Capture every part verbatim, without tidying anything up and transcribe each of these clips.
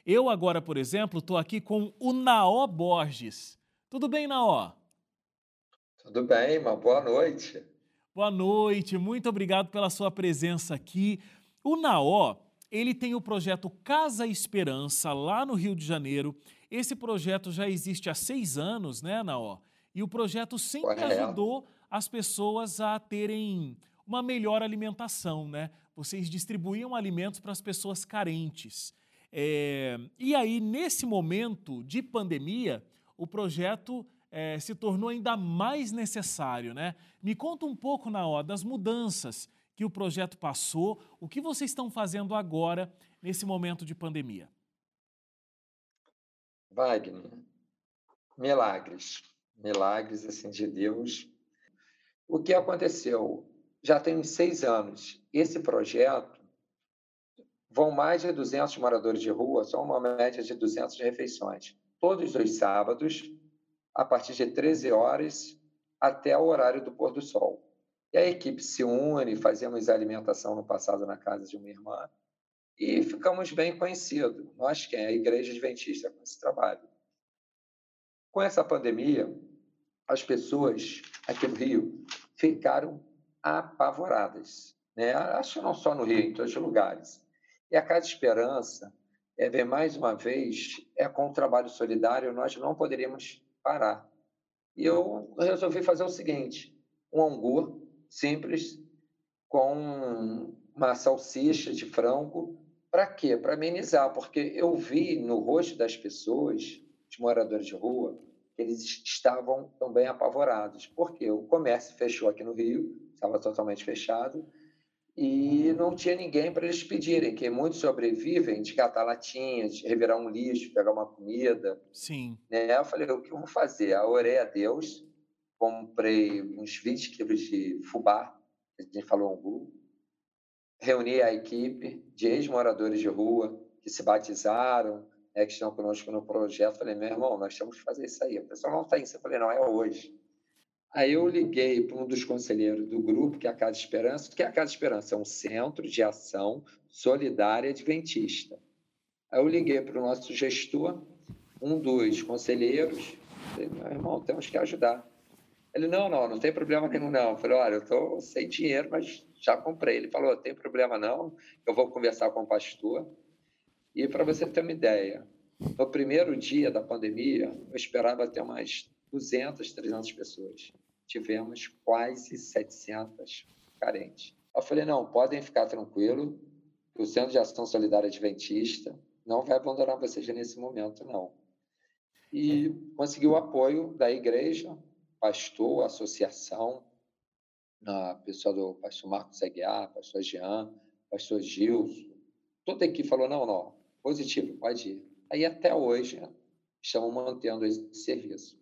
Eu agora, por exemplo, estou aqui com o Naó Borges. Tudo bem, Naó? Tudo bem, uma boa noite. Boa noite, muito obrigado pela sua presença aqui. O Naó, ele tem o projeto Casa Esperança, lá no Rio de Janeiro. Esse projeto já existe há seis anos, né, Naó? E o projeto sempre Correto. ajudou as pessoas a terem uma melhor alimentação, né? Vocês distribuíam alimentos para as pessoas carentes. É, E aí, nesse momento de pandemia, o projeto eh, se tornou ainda mais necessário, né? Me conta um pouco, Naó, das mudanças que o projeto passou, o que vocês estão fazendo agora nesse momento de pandemia. Wagner, milagres, milagres assim de Deus. O que aconteceu? Já tem uns seis anos. Esse projeto vão mais de duzentos moradores de rua, são uma média de duzentas refeições, todos os sábados, a partir de treze horas até o horário do pôr do sol. E a equipe se une, fazemos alimentação no passado na casa de uma irmã e ficamos bem conhecidos. Nós, quem é a Igreja Adventista, com esse trabalho. Com essa pandemia, as pessoas aqui no Rio ficaram apavoradas, né? Acho que não só no Rio, em todos os lugares. E a Casa Esperança, é, vem mais uma vez, é com o trabalho solidário, nós não poderíamos parar. E eu resolvi fazer o seguinte: um angu simples com uma salsicha de frango. Para quê? Para amenizar, porque eu vi no rosto das pessoas, os moradores de rua, que eles estavam também apavorados. Porque o comércio fechou aqui no Rio, estava totalmente fechado, e não tinha ninguém para eles pedirem, que muitos sobrevivem de catar latinhas, de revirar um lixo, pegar uma comida, Sim. né? Eu falei, o que eu vou fazer? Eu orei a Deus, comprei uns vinte quilos de fubá, a gente falou angu, reuni a equipe de ex-moradores de rua que se batizaram, né, que estão conosco no projeto. Falei, meu irmão, nós temos que fazer isso aí. O pessoal não está isso. Eu falei, não, é hoje. Aí eu liguei para um dos conselheiros do grupo, que é a Casa Esperança, que é a Casa Esperança, é um centro de ação solidária adventista. Aí eu liguei para o nosso gestor, um dos conselheiros, falei, meu irmão, temos que ajudar. Ele, não, não, não tem problema nenhum, não. Eu falei, olha, eu estou sem dinheiro, mas já comprei. Ele falou, tem problema não, eu vou conversar com o pastor. E para você ter uma ideia, no primeiro dia da pandemia, eu esperava ter umas duzentas, trezentas pessoas. Tivemos quase setecentas carentes. Eu falei, não, podem ficar tranquilo, o Centro de Ação Solidária Adventista não vai abandonar vocês nesse momento, não. É, E consegui o apoio da igreja, pastor, associação, a pessoa do pastor Marcos Aguiar, pastor Jean, pastor Gilson, toda a equipe falou, não, não, positivo, pode ir. Aí até hoje estamos mantendo esse serviço.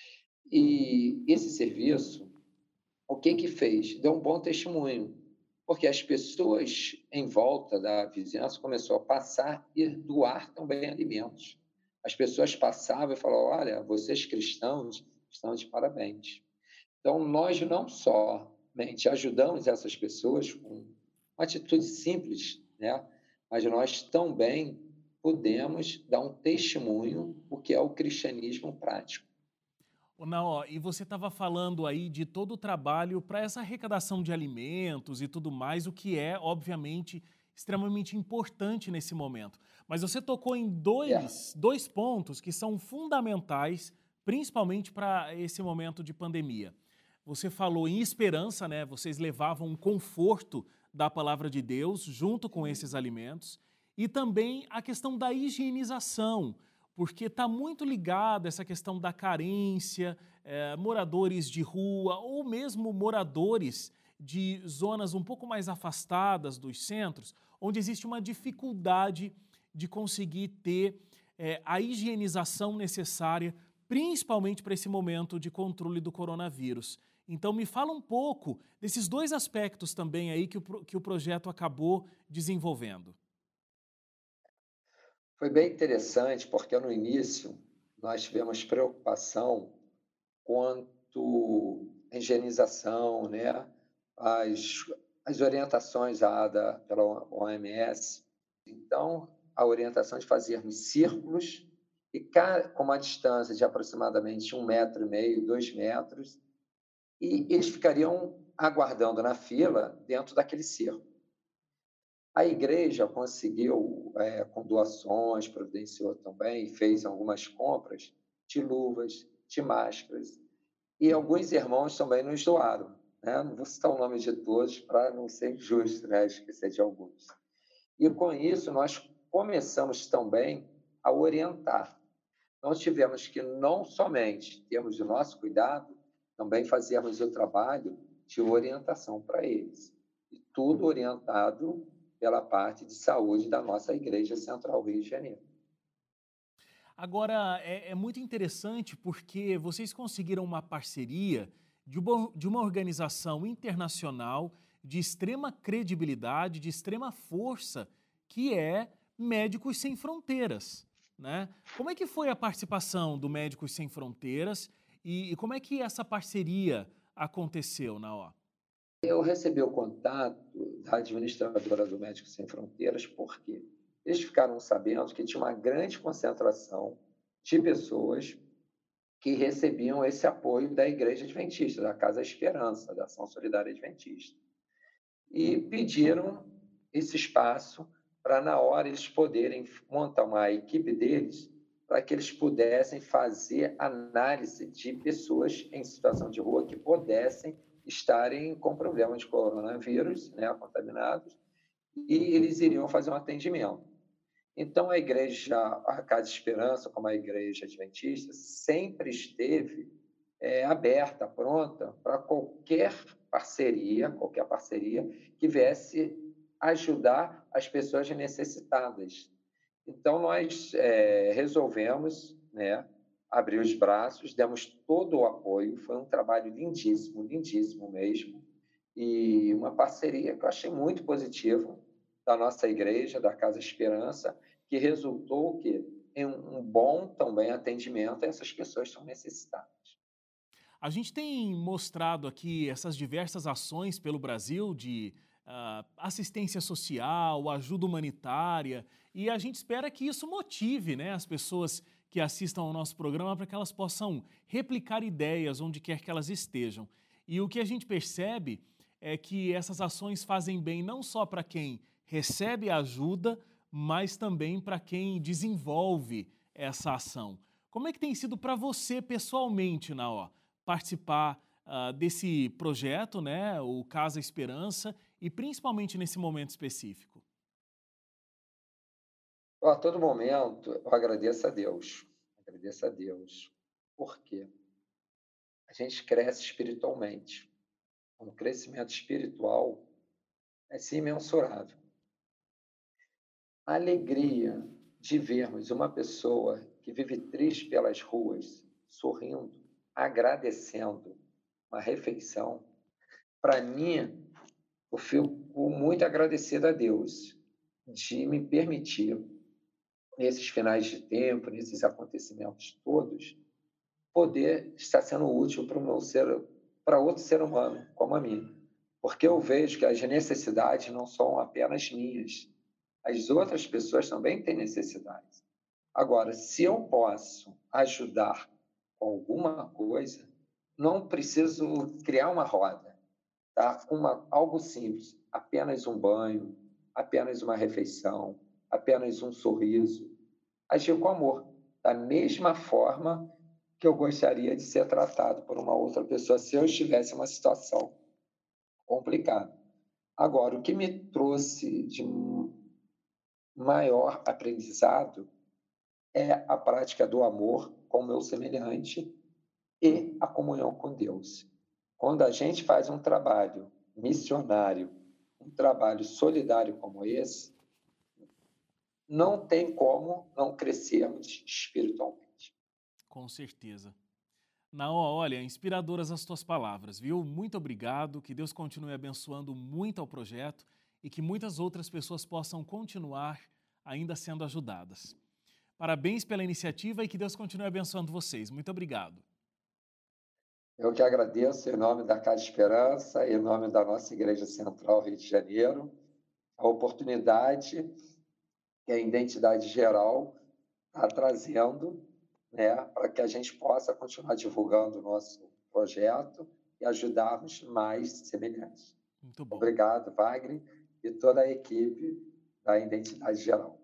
E esse serviço, o que que fez? Deu um bom testemunho, porque as pessoas em volta da vizinhança começou a passar e doar também alimentos. As pessoas passavam e falavam, olha, vocês cristãos estão de parabéns. Então, nós não somente ajudamos essas pessoas com uma atitude simples, né? Mas nós também podemos dar um testemunho do que é o cristianismo prático. ô Naó, e você estava falando aí de todo o trabalho para essa arrecadação de alimentos e tudo mais, o que é, obviamente, extremamente importante nesse momento. Mas você tocou em É, dois, dois pontos que são fundamentais, principalmente para esse momento de pandemia. Você falou em esperança, né? Vocês levavam um conforto da palavra de Deus junto com esses alimentos. E também a questão da higienização, porque está muito ligada essa questão da carência, eh, moradores de rua ou mesmo moradores de zonas um pouco mais afastadas dos centros, onde existe uma dificuldade de conseguir ter eh, a higienização necessária, principalmente para esse momento de controle do coronavírus. Então, me fala um pouco desses dois aspectos também aí que o, pro- que o projeto acabou desenvolvendo. foi bem interessante, porque no início nós tivemos preocupação quanto à higienização, né? as, as orientações dadas pela O M S. Então, a orientação de fazermos círculos e ca- com uma distância de aproximadamente um metro e meio, dois metros, e eles ficariam aguardando na fila dentro daquele círculo. A igreja conseguiu, é, com doações, providenciou também, fez algumas compras de luvas, de máscaras, e alguns irmãos também nos doaram, né? Não vou citar o nome de todos para não ser injusto, né? Esquecer de alguns. E com isso, nós começamos também a orientar. Nós tivemos que não somente termos o nosso cuidado, também fazermos o trabalho de orientação para eles. E tudo orientado pela parte de saúde da nossa Igreja Central Rio de Janeiro. Agora, é, é muito interessante porque vocês conseguiram uma parceria de uma, de uma organização internacional de extrema credibilidade, de extrema força, que é Médicos Sem Fronteiras, né? Como é que foi a participação do Médicos Sem Fronteiras e, e como é que essa parceria aconteceu na O? Eu recebi o contato da administradora do Médicos Sem Fronteiras porque eles ficaram sabendo que tinha uma grande concentração de pessoas que recebiam esse apoio da Igreja Adventista, da Casa Esperança, da Ação Solidária Adventista. E pediram esse espaço para, na hora, eles poderem montar uma equipe deles para que eles pudessem fazer análise de pessoas em situação de rua que pudessem estarem com problema de coronavírus, né, contaminados, e eles iriam fazer um atendimento. Então, a igreja, a Casa Esperança, como a igreja adventista, sempre esteve é, aberta, pronta para qualquer parceria, qualquer parceria que viesse ajudar as pessoas necessitadas. Então, nós é, resolvemos, né, abrir os braços, demos todo o apoio, foi um trabalho lindíssimo, lindíssimo mesmo, e uma parceria que eu achei muito positiva da nossa igreja, da Casa Esperança, que resultou que em um bom também atendimento a essas pessoas que são necessitadas. A gente tem mostrado aqui essas diversas ações pelo Brasil de ah, assistência social, ajuda humanitária, e a gente espera que isso motive, né, as pessoas que assistam ao nosso programa para que elas possam replicar ideias onde quer que elas estejam. E o que a gente percebe é que essas ações fazem bem não só para quem recebe a ajuda, mas também para quem desenvolve essa ação. Como é que tem sido para você pessoalmente, Naó, participar ah, desse projeto, né, o Casa Esperança, e principalmente nesse momento específico? A todo momento, eu agradeço a Deus, agradeço a Deus, porque a gente cresce espiritualmente. O crescimento espiritual é sim imensurável. A alegria de vermos uma pessoa que vive triste pelas ruas, sorrindo, agradecendo uma refeição, para mim, eu fico muito agradecido a Deus de me permitir, nesses finais de tempo, nesses acontecimentos todos, poder estar sendo útil para o meu ser, para outro ser humano, como a mim. Porque eu vejo que as necessidades não são apenas minhas, as outras pessoas também têm necessidades. Agora, se eu posso ajudar com alguma coisa, não preciso criar uma roda, tá? Uma, algo simples, apenas um banho, apenas uma refeição, apenas um sorriso. Agir com amor, da mesma forma que eu gostaria de ser tratado por uma outra pessoa se eu estivesse em uma situação complicada. Agora, o que me trouxe de maior aprendizado é a prática do amor com o meu semelhante e a comunhão com Deus. Quando a gente faz um trabalho missionário, um trabalho solidário como esse, não tem como não crescermos espiritualmente. Com certeza. Naó, olha, inspiradoras as tuas palavras, viu? Muito obrigado, que Deus continue abençoando muito ao projeto e que muitas outras pessoas possam continuar ainda sendo ajudadas. Parabéns pela iniciativa e que Deus continue abençoando vocês. Muito obrigado. Eu que agradeço em nome da Casa Esperança, em nome da nossa Igreja Central Rio de Janeiro, a oportunidade que a Identidade Geral está trazendo, né, para que a gente possa continuar divulgando o nosso projeto e ajudarmos mais semelhantes. Muito bom. Obrigado, Wagner, e toda a equipe da Identidade Geral.